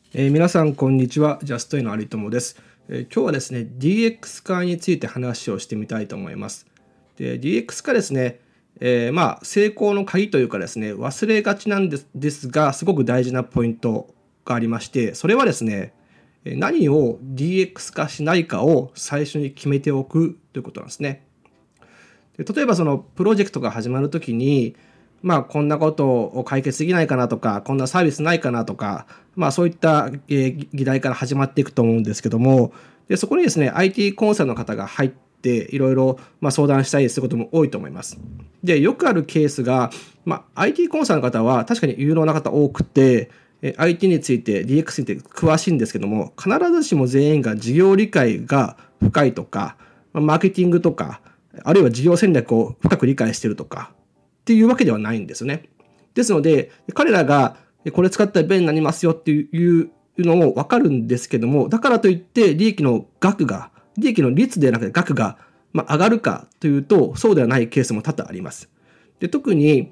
皆さんこんにちは。ジャストへの有友です。今日はですね DX 化について話をしてみたいと思います。で DX 化ですね、成功の鍵というかですね、忘れがちなんですが、すごく大事なポイントがありまして、それはですね、何を DX 化しないかを最初に決めておくということなんですね。で例えばそのプロジェクトが始まるときに、こんなことを解決できないかなとか、こんなサービスないかなとか、そういった議題から始まっていくと思うんですけども、でそこにですね IT コンサルの方が入っていろいろ相談したりすることも多いと思います。でよくあるケースが、IT コンサルの方は確かに有能な方多くて、IT について DX について詳しいんですけども、必ずしも全員が事業理解が深いとか、マーケティングとか、あるいは事業戦略を深く理解しているとかっていうわけではないんですよね。ですので、彼らがこれ使ったら便利になりますよっていうのも分かるんですけども、だからといって利益の率ではなくて額が上がるかというと、そうではないケースも多々あります。で特に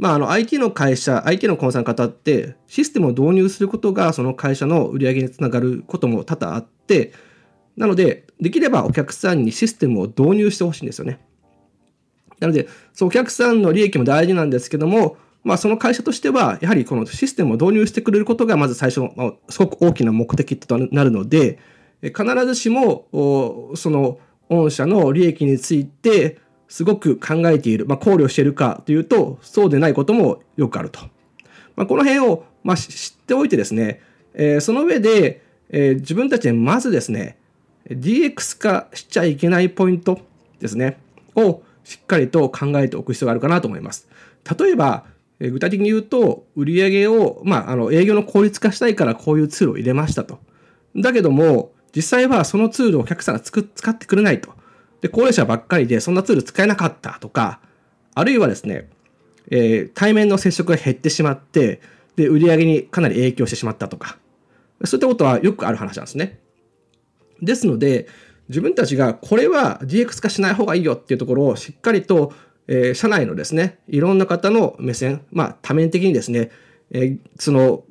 IT の会社、IT のコンサルの方ってシステムを導入することがその会社の売り上げにつながることも多々あって、なので、できればお客さんにシステムを導入してほしいんですよね。なので、そのお客さんの利益も大事なんですけども、その会社としては、やはりこのシステムを導入してくれることがまず最初の、すごく大きな目的となるので、必ずしも、その御社の利益について、すごく考えている、考慮しているかというと、そうでないこともよくあると。この辺を、知っておいてですね、その上で、自分たちでまずですね、DX 化しちゃいけないポイントですね、をしっかりと考えておく必要があるかなと思います。例えば、具体的に言うと、売上を、営業の効率化したいからこういうツールを入れましたと。だけども、実際はそのツールをお客さんが使ってくれないと。で、高齢者ばっかりでそんなツール使えなかったとか、あるいはですね、対面の接触が減ってしまって、で、売上にかなり影響してしまったとか、そういったことはよくある話なんですね。ですので、自分たちがこれは DX 化しない方がいいよっていうところをしっかりと、社内のですね、いろんな方の目線、多面的にですね、その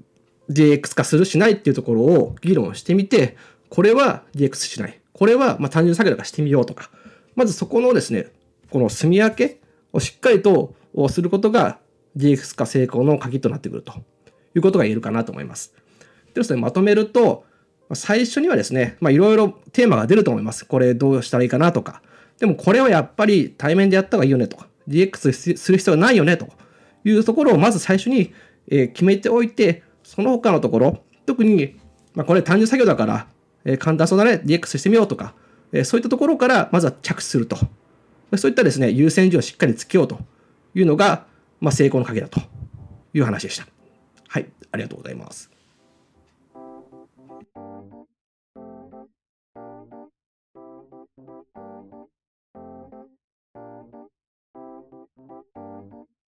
DX 化するしないっていうところを議論してみて、これは DX しない。これは単純作業とかしてみようとか、まずそこのですね、この住み分けをしっかりとすることが DX 化成功の鍵となってくるということが言えるかなと思います。で、まとめると、最初にはですね、いろいろテーマが出ると思います。これどうしたらいいかなとか。でもこれはやっぱり対面でやった方がいいよねとか、DX する必要がないよねというところをまず最初に決めておいて、その他のところ、特にこれ単純作業だから簡単そうだね、DX してみようとか、そういったところからまずは着手すると。そういったですね、優先順位をしっかりつけようというのが、成功の鍵だという話でした。はい、ありがとうございます。